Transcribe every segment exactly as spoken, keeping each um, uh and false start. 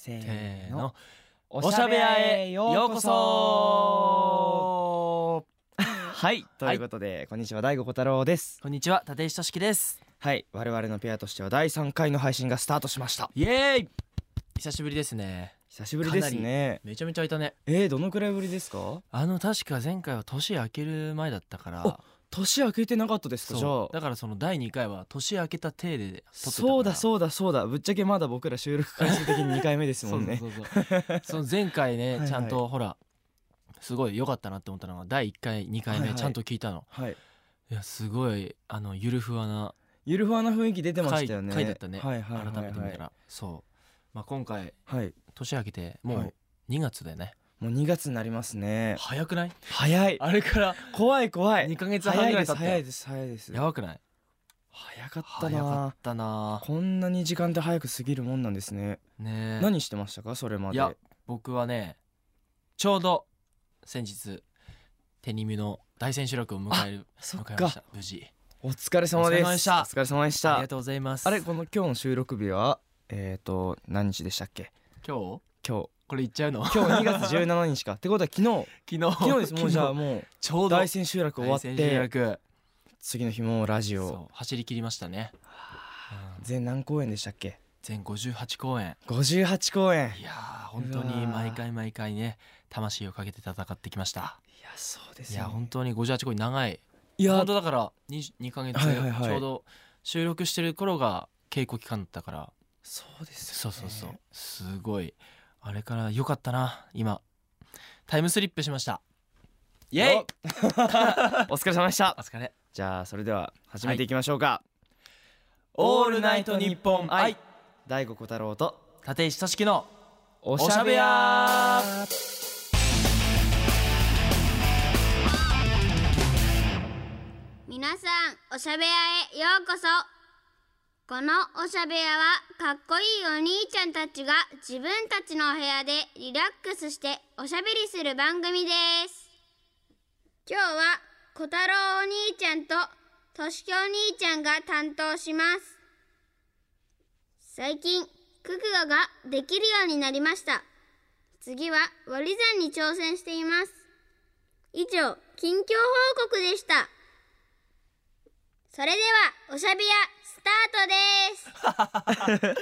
せせーのーの、 おしゃべやへようこそ。はいということで、こんにちは、大悟小太郎です。 こんにちは、立石俊樹です。 はい、我々のペアとしてはだいさんかいの配信がスタートしました。 イエーイ。久しぶりですね。 久しぶりですね。 めちゃめちゃいたね。 えー、どのくらいぶりですか？ あの確か前回は年明ける前だったから。 年明けてなかったですか？じゃあだからそのだいにかいは年明けた体で撮ってたから。 そうだそうだそうだ、ぶっちゃけまだ僕ら収録回数的ににかいめですもんね。 そうそうそうその前回ね、 はいはい、 ちゃんとほらすごい良かったなって思ったのがだいいっかいにかいめちゃんと聞いたの。 はい、はい、 いやすごいあのゆるふわなゆるふわな雰囲気出てましたよね。 回だったね。 はいはいはいはい、 改めて見たらそう、まあ、今回、 はい、 年明けてもうにがつだよね。 もうにがつになりますね。 早くない？ 早い。 あれから怖い怖い。 にかげつはんぐらい経った。 早いです早いです。 やばくない？ 早かったな。 早かったな。 こんなに時間って早く過ぎるもんなんですね。 ねえ。 何してましたかそれまで？ いや僕はね、ちょうど先日テニミの大千秋楽を迎えるそっか迎えました。無事お疲れ様です。 お疲れ様でした。 お疲れ様でした。 ありがとうございます。 あれ、この今日の収録日はえっと何日でしたっけ？ 今日今日これ言っちゃうの？ 今日にがつじゅうしちにちかってことは昨日昨日昨日です。もうじゃあもうちょうど大千秋楽終わっ大千秋て楽次の日もラジオそう走り切りましたね。うん、 全何公演でしたっけ？ 全ごじゅうはちこうえん。 ごじゅうはちこうえん。 いやー本当に毎回毎回ね魂をかけて戦ってきました。 いやそうですね。 いや本当にごじゅうはちこうえん長い。 いや本当だから 2, にかげつ、 はいはいはい、 ちょうど収録してる頃が稽古期間だったから。 そうですよね。そうそうそう、すごいあれから良かったな。今タイムスリップしました。イエイお疲れ様でした。 お疲れ。 じゃあそれでは始めていきましょうか、はい、 オールナイトニッポン愛、 大悟小太郎と立石俊樹のおしゃべや。 皆さんおしゃべやへようこそ。このおしゃべやはかっこいいお兄ちゃんたちが自分たちのお部屋でリラックスしておしゃべりする番組です。今日は小太郎お兄ちゃんととしきお兄ちゃんが担当します。最近ククガができるようになりました。次は割り算に挑戦しています。以上、近況報告でした。それではおしゃべやスタートです。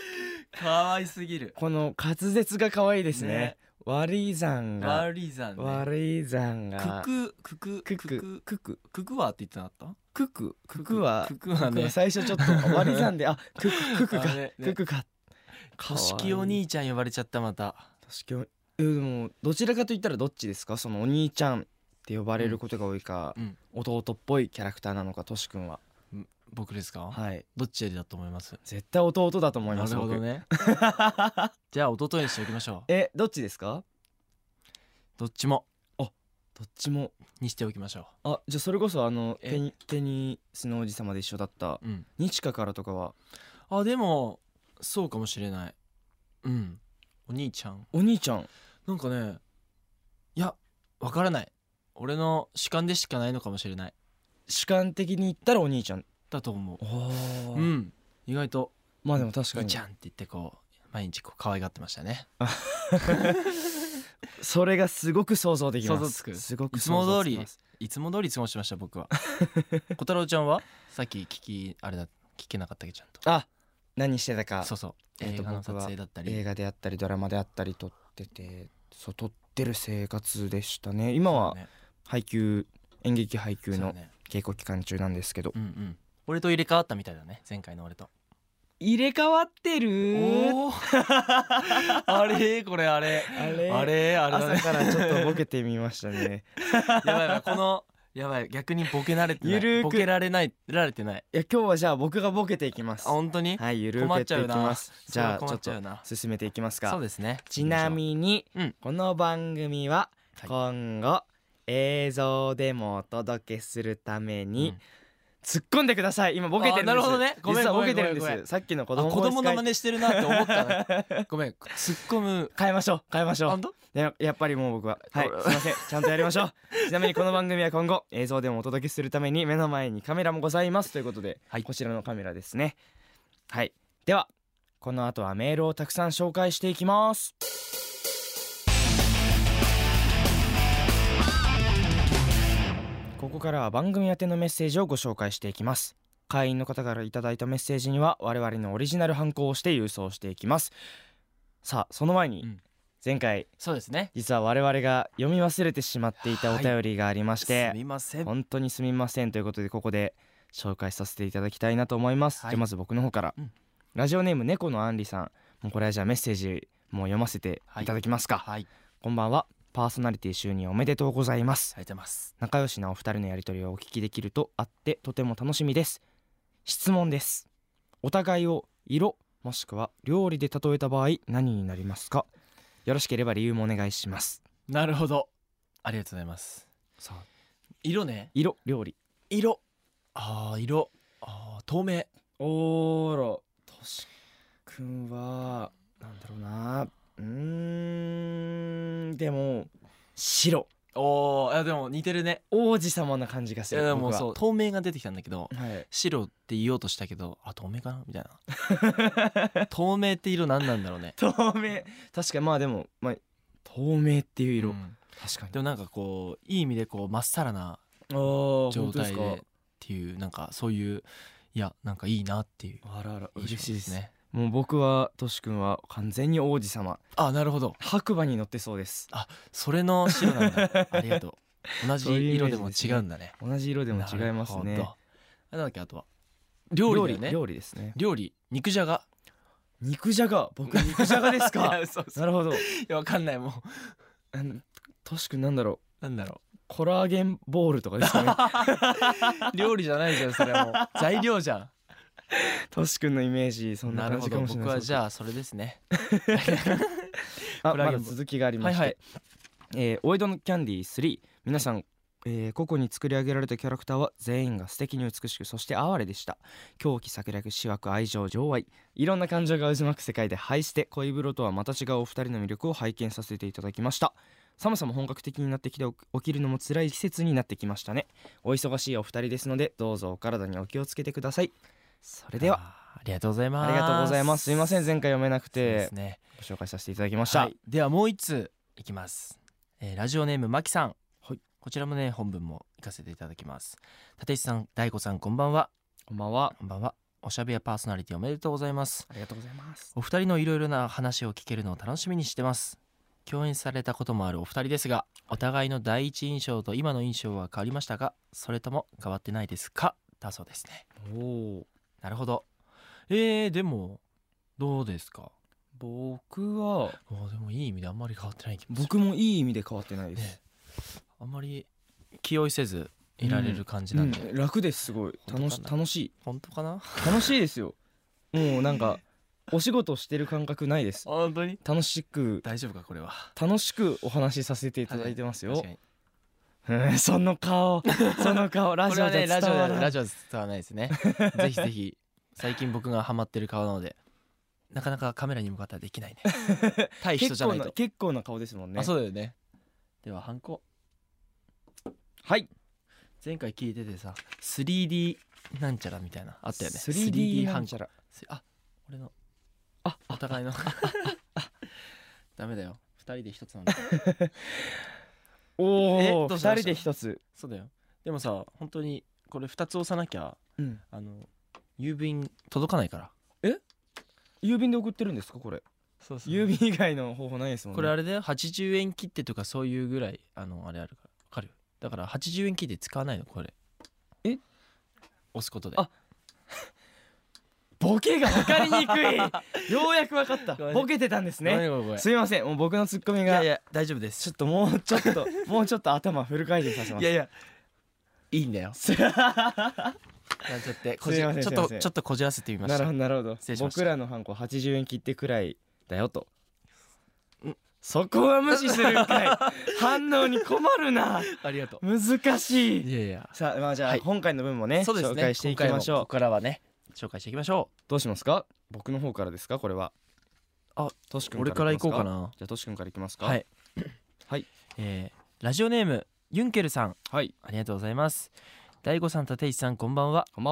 かわいすぎる。 この滑舌が可愛いですね。 ね、 割り算が割り算ね。 割り算がククククククククククはって言ってなかった？ ククククはククはね、 最初ちょっと割り算であククククかククか。 としきお兄ちゃん呼ばれちゃった。またとしきおえでもどちらかと言ったらどっちですか？そのお兄ちゃんって呼ばれることが多いか、 うんうん、 弟っぽいキャラクターなのか。としくんは？ 僕ですか？ はい。 どっちだと思います？ 絶対弟だと思います。 なるほどね。じゃあ弟にしておきましょう。えどっちですか？ どっちも。 あどっちもにしておきましょう。あじゃあそれこそあのテニテニスの王子様で一緒だった、うん、日華からとかは？ あでもそうかもしれない。うん。お兄ちゃんお兄ちゃんなんかね、いやわからない。俺の主観でしかないのかもしれない。 主観的に言ったらお兄ちゃんだと思う。 おうん、意外とまあでも確かに兄ちゃんって言ってこう毎日こう可愛がってましたね。 それがすごく想像できます。 想像つく。 すごくいつも通りいつも通り過ごしました僕は。小太郎ちゃんはさっき聞きあれだ聞けなかったっけちゃんと。 あ何してたか。 そうそう、えーと、映画の撮影だったり映画であったりドラマであったり撮ってて、そう撮ってる生活でしたね。今は配給、演劇配給の稽古期間中なんですけど、 うんうん、俺と入れ替わったみたいだね。前回の俺と入れ替わってる。 あれこれあれあれあれあれ、ね、 朝からちょっとボケてみましたね。 やばいやばい、このやばい、逆にボケ慣れてない。ゆるボケられないられてない。 いや今日はじゃあ僕がボケていきます。 あ本当に？ はい、ゆるくやっていきます。じゃあちょっと進めていきますか。 そうですね。 ちなみに、うん、この番組は今後、はい、映像でもお届けするために、うん突っ込んでください。今ボケてるんです。 なるほどね。ごめん実はボケてるんです。さっきの子供子供の真似してるなって思ったね。ごめん。突っ込む。 変えましょう。変えましょう。 本当？ や, やっぱりもう僕ははいすいません。ちゃんとやりましょう。ちなみにこの番組は今後映像でもお届けするために目の前にカメラもございますということで、はい、こちらのカメラですね。はい。ではこの後はメールをたくさん紹介していきます。ここからは番組宛てのメッセージをご紹介していきます。会員の方からいただいたメッセージには我々のオリジナルハンコをして郵送していきます。さあその前に、うん、前回そうですね、 実は我々が読み忘れてしまっていたお便りがありまして、 はい、すみません、 本当にすみませんということでここで紹介させていただきたいなと思います、はい、じゃあまず僕の方から、うん、ラジオネーム猫のあんりさん、もうこれはじゃあメッセージもう読ませていただきますか。 はいはい、 こんばんは。パーソナリティ就任おめでとうございます。 ありがとうございます。 仲良しなお二人のやり取りをお聞きできるとあってとても楽しみです。質問です。お互いを色もしくは料理で例えた場合何になりますか。よろしければ理由もお願いします。 なるほど、ありがとうございます。 さあ色ね、 色、料理、 色、あー色、あー透明。 おーらとしくんはなんだろうな、うーんでも白。 おー、いやでも似てるね。 王子様な感じがする。 いやでもそう透明が出てきたんだけど、 はい、 白って言おうとしたけど、あ透明かなみたいな透明って色何なんだろうね。 透明、確かにまあでも、まあ、透明っていう色、うん、確かに。 でもなんかこういい意味でこうまっさらな状態でっていう、なんかそういう、いやなんかいいなっていう。 あらあら嬉しいですね。もう僕はとしくんは完全に王子様。 あ、なるほど。 白馬に乗ってそうです。 あ、それの白なんだありがとう。同じ色でも違うんだね。 同じ色でも違いますね。 なんだっけ、あとは料理だね。 料理ですね。 料理、肉じゃが。 肉じゃが、僕肉じゃがですかそうそう、 なるほど。いやわかんない、もうとしくんなんだろうなんだろうコラーゲンボールとかですかね料理じゃないじゃん、それはもう材料じゃん。 としくんのイメージそんな感じかもしれない。 僕はじゃあそれですねあ、まだ続きがありまして、はいはい、えー、お江戸のキャンディースリー、皆さん、えー、個々に作り上げられたキャラクターは全員が素敵に美しく、そして哀れでした。狂気、策略、思惑、愛情、情愛、いろんな感情が渦巻く世界でハイステ恋風呂とはまた違うお二人の魅力を拝見させていただきました。寒さも本格的になってきて起きるのも辛い季節になってきましたね。お忙しいお二人ですのでどうぞお体にお気をつけてください。それではありがとうございます。 ありがとうございます。すいません前回読めなくて、 ですね、 ご紹介させていただきました、はい、 ではもう一通いきます、えー、ラジオネームまきさん、 はい、 こちらもね本文も行かせていただきます。立石さん、大悟さん、こんばんは。 こんばんは。 こんばんは。おしゃべやパーソナリティおめでとうございます。 ありがとうございます。 お二人のいろいろな話を聞けるのを楽しみにしてます。共演されたこともあるお二人ですが、お互いの第一印象と今の印象は変わりましたが、それとも変わってないですか、だそうですね。 おー、 なるほど。えー、でもどうですか。 僕はあでもいい意味であんまり変わってない気もする。 僕もいい意味で変わってないです、ね、 あんまり気負いせずいられる感じなんで、 うんうん、楽です。すごい楽し楽しい。 本当かな。 楽しいですよ。もうなんかお仕事してる感覚ないです。 本当に楽しく。 大丈夫かこれは。 楽しくお話しさせていただいてますよ、 はい、 うん、その顔その顔ラジオじゃ伝わらない。 ラジオは伝わらないですねぜひぜひ。最近僕がハマってる顔なのでなかなかカメラに向かってはできないね対人じゃないと。 結構な、結構な顔ですもんね。 あ、そうだよね。ではハンコ。 はい。 前回聞いててさ スリーディー なんちゃらみたいなあったよね。 スリーディー なんちゃら。 あ、俺のあお互いのダメだよ、ふたりで一つなんだおお、ふたりで一つ。 そうだよ。でもさ本当にこれふたつ押さなきゃ、うん、あの郵便届かないから。 え、郵便で送ってるんですかこれ。 そうそう、 郵便以外の方法ないですもんね。 これあれだよ、はちじゅうえん切手とかそういうぐらいあのあれあるから。わかるよ。だからはちじゅうえん切手使わないのこれ。 え、 押すことで。 あボケが分かりにくいようやく分かった。ボケてたんですね。すいません、もう僕のツッコミが。 いやいや大丈夫です。 ちょっともうちょっともうちょっと頭フル回転させます。 いやいやいいんだよちょっとちょっとこじらせてみました。 なるほどなるほど。僕らのハンコはちじゅうえん切ってくらいだよと。そこは無視するんかい反応に困るな。 ありがとう。難しい。 いやいや。 さあ、まあ、じゃあ、はい、今回の分もね、紹介していきましょう。 ここからはね紹介していきましょう。 どうしますか。僕の方からですかこれは。 あ、としくん俺から行こうかな。 じゃあとしくんからいきますか。 はいはい、えー、ラジオネームユンケルさん、 はい、 ありがとうございます。大悟さん、立石さん、こんばんは。 こんばんは。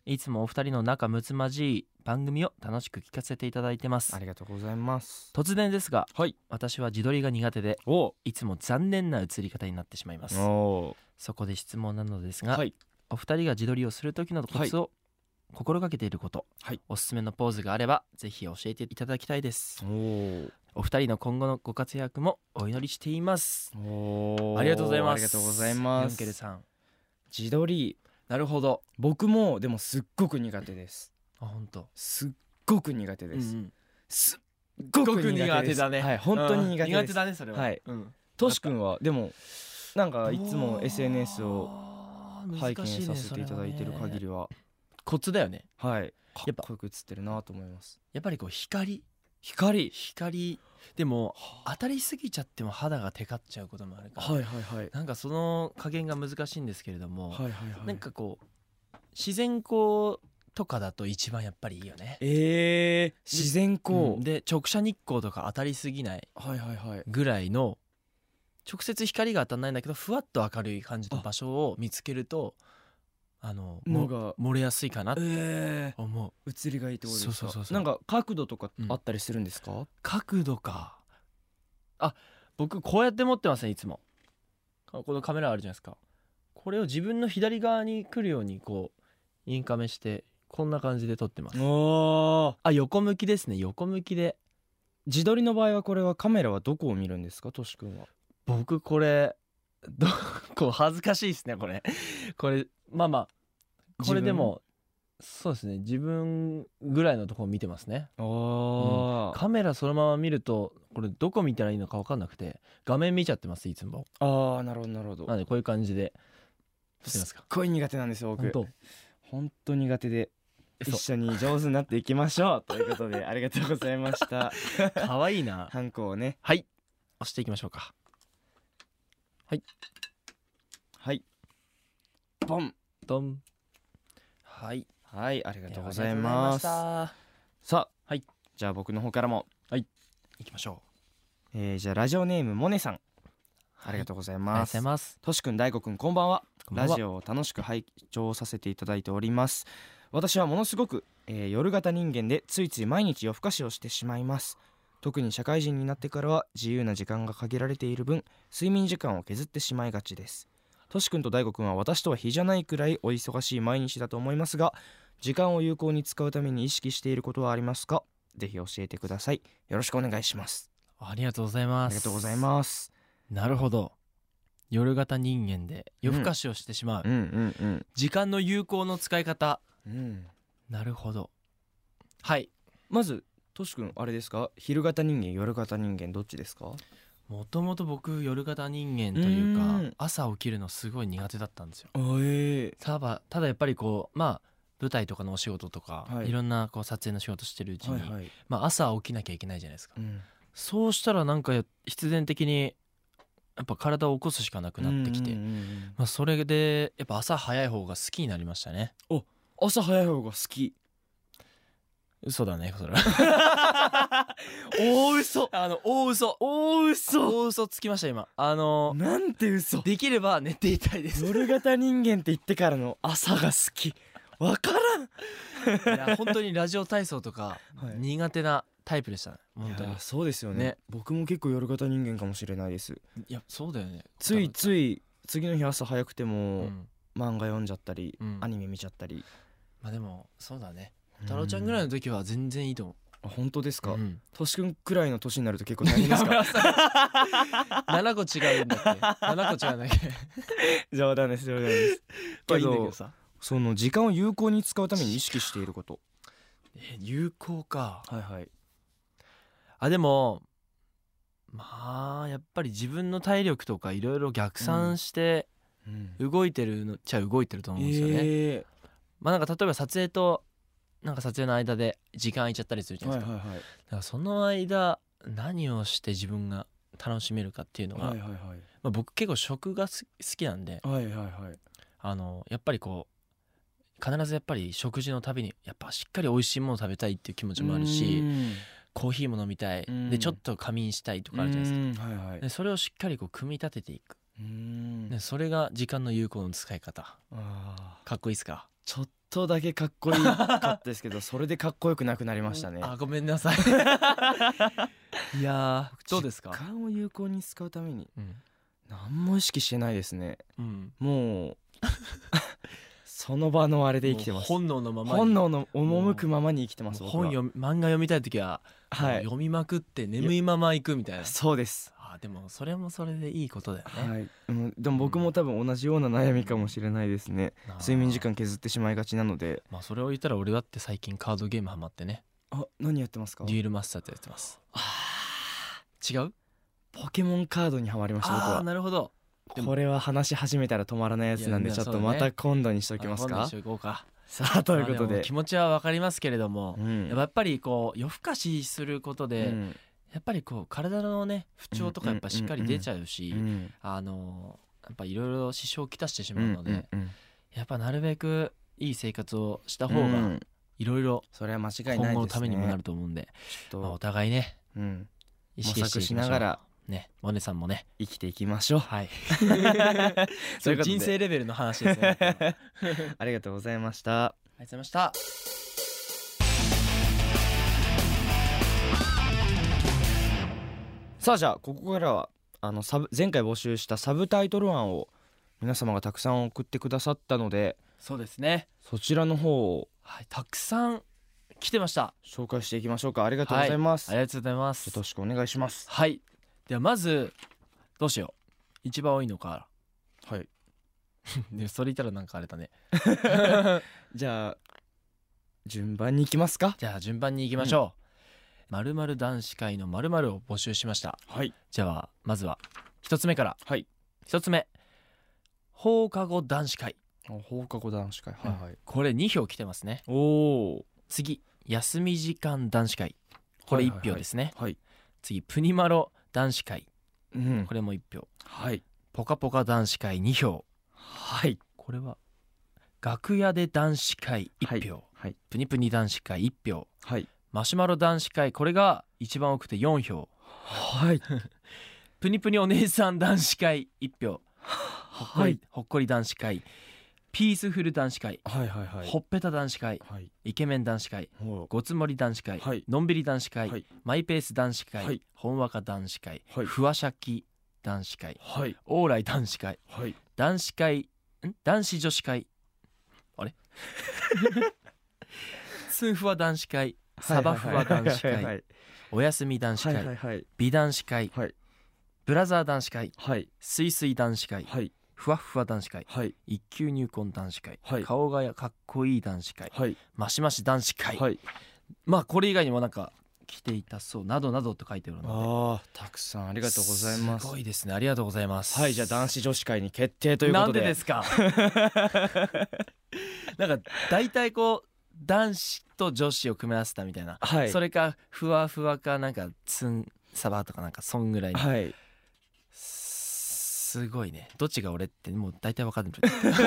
いつもお二人の仲睦まじい番組を楽しく聞かせていただいてます。 ありがとうございます。 突然ですが、 はい、 私は自撮りが苦手でおいつも残念な写り方になってしまいます。 おそこで質問なのですが、 はい、 お二人が自撮りをする時のコツを心がけていること、 はい、 おすすめのポーズがあればぜひ教えていただきたいです。 おお二人の今後のご活躍もお祈りしています。 おありがとうございます。 ありがとうございます。 ユンケルさん、 自撮り、 なるほど。 僕もでもすっごく苦手です。 あ、本当。 すっごく苦手です、 うんうん、 すっごく苦手です。 苦手だね。 はい、本当に苦手です。 苦手だねそれは。 はい、 うん、 トシ君はでもなんかいつも エスエヌエス を拝見させていただいてる限りは、 コツだよね。 はい、かやっぱっこよく映ってるなと思います。 やっぱりこう光光光でも当たりすぎちゃっても肌がテカっちゃうこともあるから、 はいはいはい、 なんかその加減が難しいんですけれども、 はいはいはい、 なんかこう自然光とかだと一番やっぱりいいよね。 えー、自然光、 うん、で直射日光とか当たりすぎないはいはいはいぐらいの直接光が当たらないんだけどふわっと明るい感じの場所を見つけるとあののが漏れやすいかなってえー、 思う。 映りがいいってことですか。 そうそうそうそう。 なんか角度とかあったりするんですか、うん、 角度か。あ、僕こうやって持ってますねいつも。このカメラあるじゃないですか。これを自分の左側に来るようにこうインカメしてこんな感じで撮ってます。 おあ、横向きですね。横向きで。 自撮りの場合はこれはカメラはどこを見るんですか、とし君は。 僕これどこ恥ずかしいですねこれこれまあまあこれでもそうですね自分ぐらいのところ見てますね。 あ、 うん、カメラそのまま見るとこれどこ見たらいいのか分かんなくて画面見ちゃってますいつも。 ああ、なるほどなるほど。 なんでこういう感じで撮ってますか。 すっごい苦手なんですよ僕。 本当本当苦手で、一緒に上手になっていきましょうということでありがとうございました可愛いな。 ハンコをね、 はい押していきましょうか。はいはいポンドン。はいはい、ありがとうございます。さあ、はい、じゃあ僕の方からもはい行きましょう。えー、じゃあラジオネームモネさん、ありがとうございます。 ありがとうございます。 としくん、大悟くん、こんばんは。 こんばんは。 ラジオを楽しく拝聴させていただいております。私はものすごく、えー、夜型人間でついつい毎日夜更かしをしてしまいます。特に社会人になってからは自由な時間が限られている分、睡眠時間を削ってしまいがちです。としくんと大悟くんは私とは比じゃないくらいお忙しい毎日だと思いますが、時間を有効に使うために意識していることはありますか？ぜひ教えてください。よろしくお願いします。 ありがとうございます。 ありがとうございます。 なるほど。夜型人間で夜更かしをしてしまう、 うんうんうんうん、 時間の有効の使い方、 うん、 なるほど。はい、 まずとしくんあれですか、昼型人間夜型人間どっちですか？ もともと僕夜型人間というか朝起きるのすごい苦手だったんですよ。 えー、 ただただやっぱりこうまあ舞台とかのお仕事とか、 はい、 いろんなこう撮影の仕事してるうちに、 はいはい、 まあ、朝起きなきゃいけないじゃないですか、 うん、 そうしたらなんか必然的にやっぱ体を起こすしかなくなってきて、 うんうんうんうん、 まあ、それでやっぱ朝早い方が好きになりましたね。 お、朝早い方が好き。 嘘だねそれは大嘘、あの大嘘大嘘大嘘つきました今。あのなんて嘘。 できれば寝ていたいです。 夜型人間って言ってからの朝が好き、わからん。 いや本当にラジオ体操とか苦手なタイプでしたね、 はい、 本当に。 そうですよね。ね、僕も結構夜型人間かもしれないです。 いやそうだよね。 ついつい次の日朝早くても、うん、漫画読んじゃったり、 うん、 アニメ見ちゃったり。 まあでもそうだね、太郎ちゃんぐらいの時は全然いいと思う。 あ、本当ですか？ うん、 としくんくらいの年になると結構大変ですか？ ななこ違うんだっけななこ違うんだっけ冗談です冗談ですけど、 いいんだけどさ、 その時間を有効に使うために意識していること。 え、有効か。 はいはい。 あ、でもまあやっぱり自分の体力とかいろいろ逆算して動いてるのっちゃ動いてると思うんですよね、えー、まあなんか例えば撮影となんか撮影の間で時間空いちゃったりするじゃないですか、はいはいはい、だからその間何をして自分が楽しめるかっていうのが、はいはいはい、まあ、僕結構食が好きなんで、はいはいはい、あのやっぱりこう必ずやっぱり食事のたびにやっぱしっかり美味しいものを食べたいっていう気持ちもあるし、コーヒーも飲みたいでちょっと仮眠したいとかあるじゃないですか、はいはい、でそれをしっかりこう組み立てていく、でそれが時間の有効の使い方。あ、かっこいいですか？ ちょっとだけかっこいいかったですけどそれでかっこよくなくなりましたね。 あ、ごめんなさいいやーどうですか？ 時間を有効に使うためにうん何も意識してないですね。 うんもうその場のあれで生きてます。 本能のままに本能の赴くままに生きてます。僕は本読み漫画読みたい時は、 はいもう読みまくって眠いまま行くみたいな。 そうです。 あ、でもそれもそれでいいことだよね、 はい、うん、でも僕も多分同じような悩みかもしれないですね。 あー睡眠時間削ってしまいがちなので。 まあそれを言ったら俺だって最近カードゲームハマってね、 あ、何やってますか？ デュエルマスターズやってます。 あ違う？ ポケモンカードにはまりました僕ああは。 なるほど。でもこれは話し始めたら止まらないやつなんでいやちょっとそうだねまた今度にしておきますかあ今度にして。いこうか。 さあということでまあも気持ちはわかりますけれども、 うんやっぱりこう夜更かしすることで、 うんやっぱりこう体のね不調とかやっぱしっかり出ちゃうし、 うんあのやっぱいろいろ支障をきたしてしうまうんので、 うんやっぱなるべくいい生活をした方がうんいろいろそれは間違い今ないですね。 後のためにもなると思うんで、 ちょっまあ、おと、 互いねうん、 意識していきましょう。 模索しながらね、モネさんもね、 生きていきましょう。 はいということで人生レベルの話ですねありがとうありがとうございました。 ございました。 さあじゃあここからはあのサブ前回募集したサブタイトル案を皆様がたくさん送ってくださったので、 そうですね、 そちらの方をはい、たくさん来てました。 紹介していきましょうか。ありがとうございます。 ありがとうございます。 よろしくお願いします。 はい、ではまずどうしよう、一番多いのかはいでそれ言ったらなんかあれだねじゃあ順番に行きますか。 じゃあ順番に行きましょう。まるまる男子会のまるまるを募集しました。 はいじゃあまずは一つ目から。 はい一つ目、放課後男子会。 放課後男子会、はいはい、 これに票来てますね。 おお次、休み時間男子会。これいち票ですね。 はい、 次、プニマロ男子会。 うん、 これもいち票。 はいポカポカ男子会に票。 はいこれは楽屋で男子会いち票、 はいプニプニ男子会いち票、 はいマシュマロ男子会、これが一番多くてよん票。 はいプニプニお姉さん男子会いち票、ほっこり、 はいほっこり男子会、ピースフル男子会、 はいはいはいほっぺた男子会、 はいイケメン男子会、 ほごつもり男子会、 はいのんびり男子会、 はいマイペース男子会、 はいほんわか男子会、 はいふわしゃき男子会、 はいオーライ男子会、 はい男子会ん男子女子会、あれスンフワ男子会、サバフワ男子会、 はいはいおやすみ男子はい会、 はいはい美男子会、 はいブラザー男子会、 はいすいすい男子会、 はいふわっふわ男子会、 はい一級入魂男子会、 はい顔がかっこいい男子会、 はいマシマシ男子会、 はいまあこれ以外にもなんか来ていたそうなどなどと書いてあるのあーたくさんありがとうございますすごいですね、ありがとうございます。 はいじゃあ男子女子会に決定ということで。 なんでですかなんか大体こう男子と女子を組み合わせたみたいな、 はいそれかふわふわかなんかツンサバとかなんかそんぐらいの、 はいすごいね、どっちが俺ってもう大体わかんない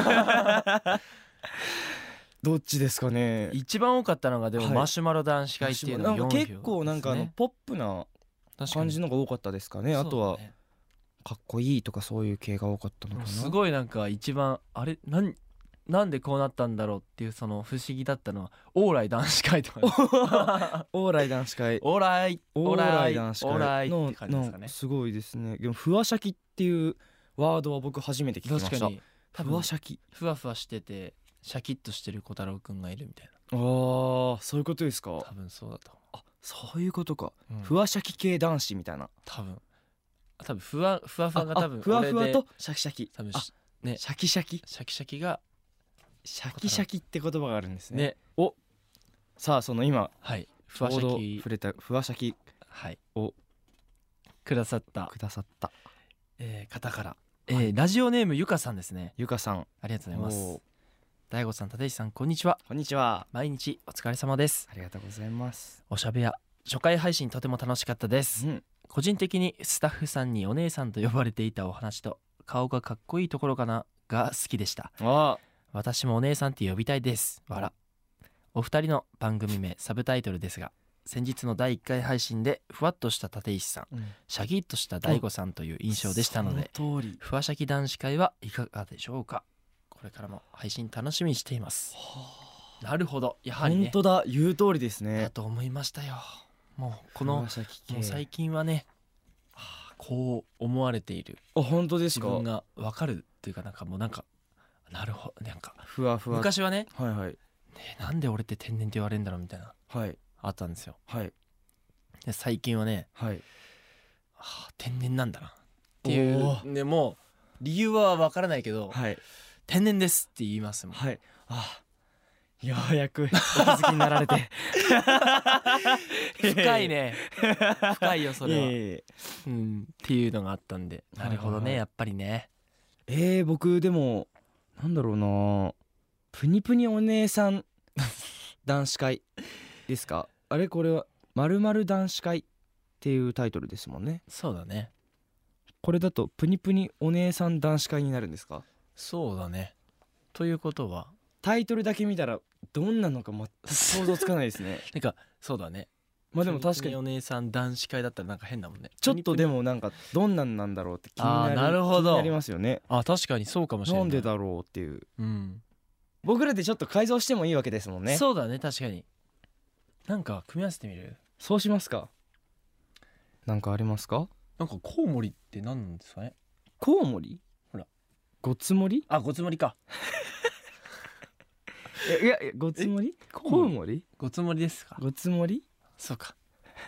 どっちですかね。 一番多かったのがでもはいマシュマロ男子会っていうのがなんかよん票ですね。 結構なんかあのポップな感じのが多かったですかね。あとはかっこいいとかそういう系が多かったのかな。 すごいなんか一番あれなんなんでこうなったんだろうっていうその不思議だったのはオーライ男子会とか、ね、 オーライ男子会オーライオーライ男子オーライ会のって感じですかね。 なんすごいですね。でもふわしゃきっていうワードは僕初めて聞きました。 確かに多分ふわしゃき、 ふわふわしててシャキッとしてる小太郎くんがいるみたいあーそういうことですか。 な、多分そうだとあそういうことか、 思う、うんふわしゃき系男子みたいな。 多分多分ふわふわふわが多分あふわふわ俺でとシャキシャキ、あ多分しねシャキシャキシャキシャキがシャキシャキって言葉があるんですね。 ね、 おさあその今はいふちょうどわシャキ触れたふわしゃきはいをくださった、 くださったえー方から、えーラジオネームゆかさんですね。 ゆかさん、 ありがとうございまおーす。大悟さん、立石さん、こんにちは。 こんにちは。 毎日お疲れ様です。 ありがとうございます。 おしゃべや初回配信とても楽しかったです。 うん個人的にスタッフさんにお姉さんと呼ばれていたお話と顔がかっこいいところかなが好きでした。 あ私もお姉さんって呼びたいです。わら。お二人の番組名サブタイトルですが、先日のだいいっかい配信でふわっとした立石さん、 うんシャキッとした大悟さんという印象でしたので、 その通り。 ふわしゃき男子会はいかがでしょうか。これからも配信楽しみにしています。 はなるほど、やはりね、 本当だ、言う通りですだね。 と思いましたよ。もうこの川崎系もう最近はね、はあこう思われているあ、本当ですか。 自分が分かるっていうか、なんかもうなんかなるほど、なんかふわふわ。 昔はね、 はいはいねなんで俺って天然って言われるんだろうみたいなはいあったんですよ。 はいで最近はね、 はいはあ天然なんだなっていうおーね、もう理由は分からないけど、 はい天然ですって言いますもん。 はいあ、ようやくお気づきになられて深いね深いよそれは、 いえいえうん、っていうのがあったんで、なるほどね、 はいはいはいやっぱりね。 えー、僕でもなんだろうな、プニプニお姉さん男子会ですか。あれこれはまるまる男子会っていうタイトルですもんね。 そうだねこれだとプニプニお姉さん男子会になるんですか。 そうだね。ということはタイトルだけ見たらどんなのか全く想像つかないですねなんかそうだね。 まあでも確かにプニプニお姉さん男子会だったらなんか変だもんね。 ちょっとでももなんかどんなんなんだろうって気になる。 あーなるほど気になりますよね。 あ確かにそうかもしれな。 ないんでだろうっていう。 うん、 僕らでちょっと改造してもいいわけですもんね。 そうだね、確かに。なんか組み合わせてみる。 そうしますか。なんかありますか。 なんかコウモリって何なんですかね。 コウモリ。 ほらごつもり。 あ、ごつもりか。 いやいやいやごつもり。コウモリ。 ごつもりですか。 ごつもり。 そうか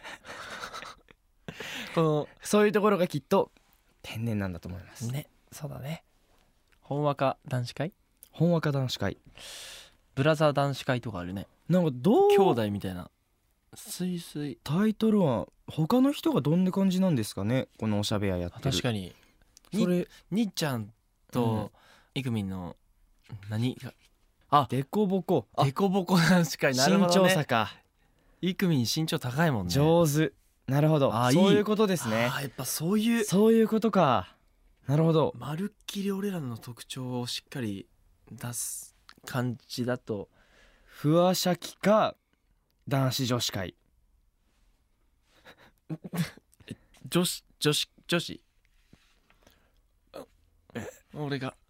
こそういうところがきっと天然なんだと思います。 のね、そうだね。ほんわか男子会、 ほんわか男子会。 ブラザー男子会とかあるね。 なんかどう兄弟みたいな。スイスイ。 タイトルは他の人がどんな感じなんですかね、このおしゃべややってる。 確かにそれにっちゃんとイクミンの何デコボコ。あ、 デコボコ男子会。なる身ほどね。 長差か。 イクミン身長高いもんね。 上手。なるほど。 あいいそういうことですね。 あーやっぱそういうそういうことか。なるほど。 まるっきり俺らの特徴をしっかり出す感じだと。 ふわしゃきか男子女子会。 女子女子女子俺が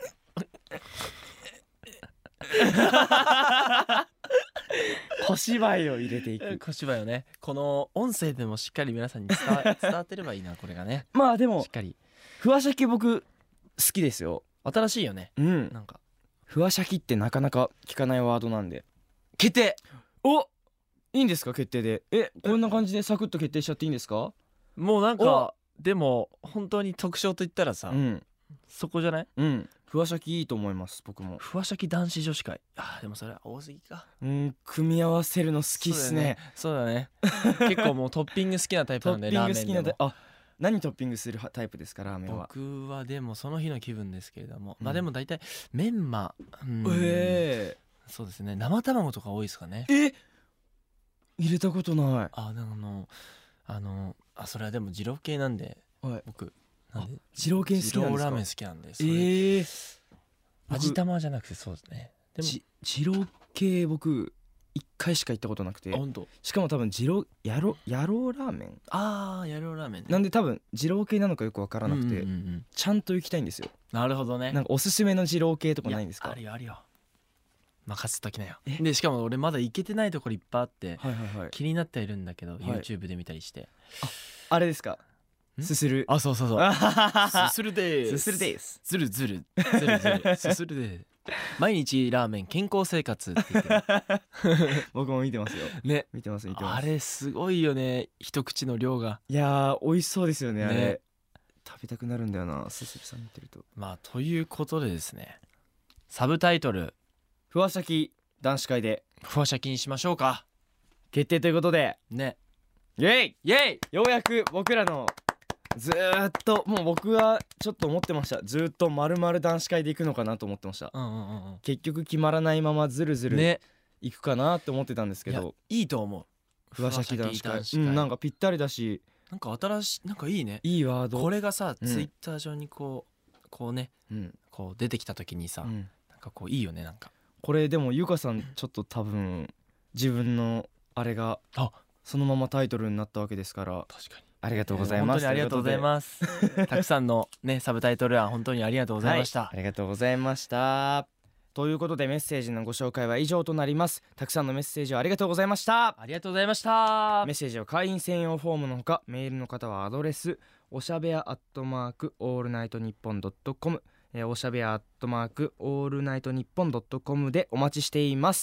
小芝居を入れていく。 小芝居をね、この音声でもしっかり皆さんに伝わ伝わってればいいな、これがね。 まあでもしっかりふわしゃき僕好きですよ。 新しいよね。 うん。 なんかふわしゃきってなかなか聞かないワードなんで。 決定。 お、いいんですか、決定で。え、こんな感じでサクッと決定しちゃっていいんですか。 もうなんかでも本当に特徴と言ったらさ、 うんそこじゃない。 うんふわしゃきいいと思います僕も。 ふわしゃき男子女子会。あーでもそれは多すぎか。 うん組み合わせるの好きっすね。 そうだね。結構もうトッピング好きなタイプトッなんで、 ピング好きなラーメンでも。 タイプ。あ、何トッピングするタイプですかラーメンは。 僕はでもその日の気分ですけれども、 うんまあでも大体メンマ、うんえそうですね、生卵とか多いですかね。 ー、え入れたことなあでもあのあのあそれはでも二郎系なんで、 い。はい。 僕なんで二郎系好きなんですか。 二郎ラーメン好きなんで、そえれー、 味玉じゃなくて、そうですね。でもじ二郎系僕一回しか行ったことなくて、 本当。 しかも多分二郎やろやろうラーメンああやろうラーメンね。 なんで多分二郎系なのかよくわからなくて、 うんうんうんうんちゃんと行きたいんですよ。 なるほどね。 なんかおすすめの二郎系とかないんですか。 やあるよあるよ。任せときなよ。 えでしかも俺まだ行けてないところいっぱいあってはいはいはい。 気になってはいるんだけど、 い YouTube で見たりして。 あれですか。 んすする。 あそうそうそう。 あはははすするでーす。 すするです。 ずるずるずるずるすするで。毎日ラーメン健康生活って言ってる僕も見てますよ。 ね。 見てます見てます。 あれすごいよね、一口の量が。 いやー美味しそうですよねあれ。 ね食べたくなるんだよなすするさん見てると。 まあということでですね、サブタイトルふわしゃき男子会でふわしゃきにしましょうか決定ということで、 ね。 イエイ。 イエイ。 ようやく僕らのずーっともう僕はちょっと思ってました。ずーっと丸々男子会で行くのかなと思ってました。 うんうんうん結局決まらないままずるずるうんね。 行くかなって思ってたんですけいやど、 いいと思う。 ふわしゃき男子会ふわしゃきうんなんかぴったりだしなんか新しい、なんかいいね。 いいワード。 これがさ、 うんツイッター上にこうこうね、 うんこう出てきた時にさ、 うんなんかこういいよね、なんか。 これでもゆかさんちょっと多分自分のあれがあそのままタイトルになったわけですから確かに。 ありがとうございます。 本当にありがとうございます。たくさんのねサブタイトル案本当にありがとうございました。 はい、ありがとうございました。 ということでメッセージのご紹介は以上となります。たくさんのメッセージをありがとうございました。 ありがとうございました。 メッセージは会員専用フォームのほか、メールの方はアドレスおしゃべやアットマークオールナイトニッポンドットコム、おしゃべやアットマークオールナイトニッポンドットコムでお待ちしています。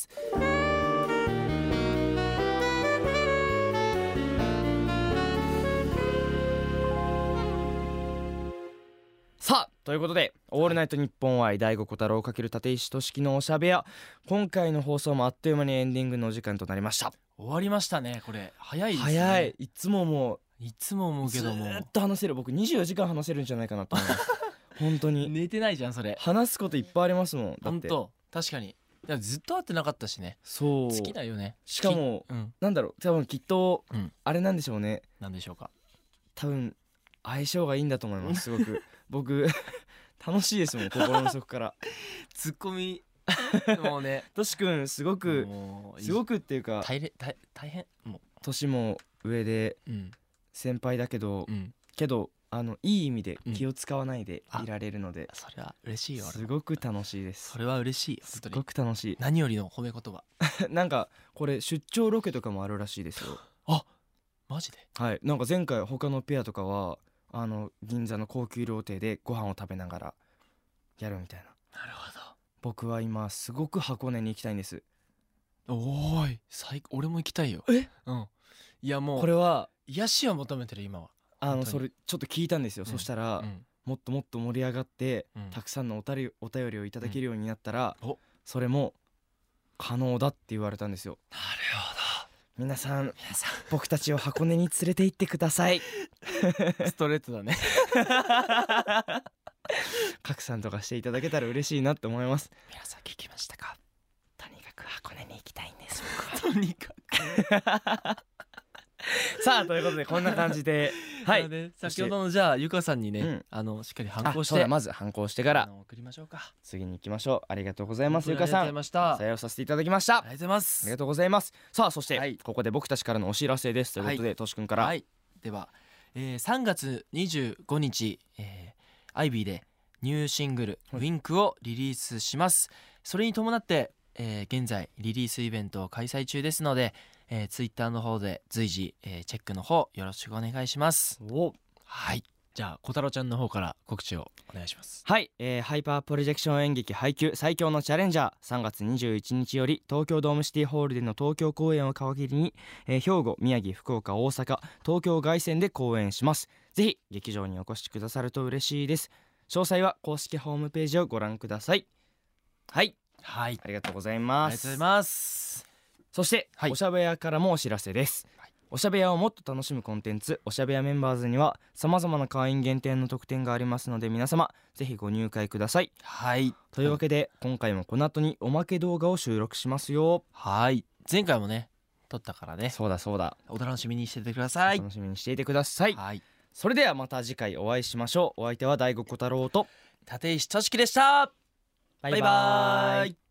さあということで、オールナイトニッポン愛第五小太郎×立石俊樹のおしゃべや、今回の放送もあっという間にエンディングのお時間となりました。 終わりましたね。これ早いですね。 早い。いつももういつも思うけどもずっと話せる。僕にじゅうよじかん話せるんじゃないかなと思います本当に寝てないじゃんそれ。 話すこといっぱいありますもん。だって本当確かに。いやずっと会ってなかったしね。 そう好きだよね。 しかも、 うん、 なんだろう、多分きっと、うん、あれなんでしょうね。 なんでしょうか。 多分相性がいいんだと思います。すごく僕楽しいですもん、心の底からツッコミもうねとしくんすごくすごくっていうか大, 大, 大変もう年も上で、うん、先輩だけど、うん、けどあのいい意味で気を使わないでいられるので、うん、 それは嬉しいよ。 すごく楽しいです。 それは嬉しい。 すごく楽しい。 何よりの褒め言葉なんかこれ出張ロケとかもあるらしいですよ。 あ、マジで。 はい。なんか前回他のペアとかはあの銀座の高級料亭でご飯を食べながらやるみたいな。 なるほど。 僕は今すごく箱根に行きたいんです。 おーい、最高。俺も行きたいよ。 え、 うん。いやもうこれは癒しを求めてる今は。 あのそれちょっと聞いたんですよ、うん、そしたら、うん、もっともっと盛り上がって、うん、たくさんのおたりお便りをいただけるようになったら、うん、それも可能だって言われたんですよ。 なるほど。 皆さん僕たちを箱根に連れて行ってくださいストレートだね拡散とかしていただけたら嬉しいなって思います。 皆さん聞きましたか。 とにかく箱根に行きたいんです僕はとにかくさあということでこんな感じではい、 ね、先ほどのじゃあゆかさんにね、うん、あのしっかり反抗してまず反抗してから送りましょうか。 次に行きましょう。ありがとうございます。ゆかさん、 ありがとうございました。 採用させていただきました。 ありがとうございます。 ありがとうございます。さあそして、はい、ここで僕たちからのお知らせですということで、はい、としくんから、 はい、では、えー、さんがつにじゅうごにち、えー、アイビーでニューシングル、はい、ウィンクをリリースします。それに伴って、えー、現在リリースイベントを開催中ですので、えー、ツイッターの方で随時、えー、チェックの方よろしくお願いします。 お、 はい、じゃあ小太郎ちゃんの方から告知をお願いします。 はい、えー、ハイパープロジェクション演劇配給最強のチャレンジャー、さんがつにじゅういちにちより東京ドームシティホールでの東京公演を皮切りに、えー、兵庫、宮城、福岡、大阪、東京凱旋で公演します。ぜひ劇場にお越しくださると嬉しいです。詳細は公式ホームページをご覧ください。はい、 はい、 ありがとうございます。 ありがとうございます。 そして、はい、おしゃべやからもお知らせです、はい、おしゃべやをもっと楽しむコンテンツ、おしゃべやメンバーズにはさまざまな会員限定の特典がありますので、皆様ぜひご入会ください。 はい、 というわけで、今回もこの後におまけ動画を収録しますよ。 はい、前回もね撮ったからね。 そうだそうだ、 お楽しみにしててください。 お楽しみにしていてください。 はい、 それではまた次回お会いしましょう。お相手は大悟小太郎と立石俊樹でした。バイバイ。バイバイ。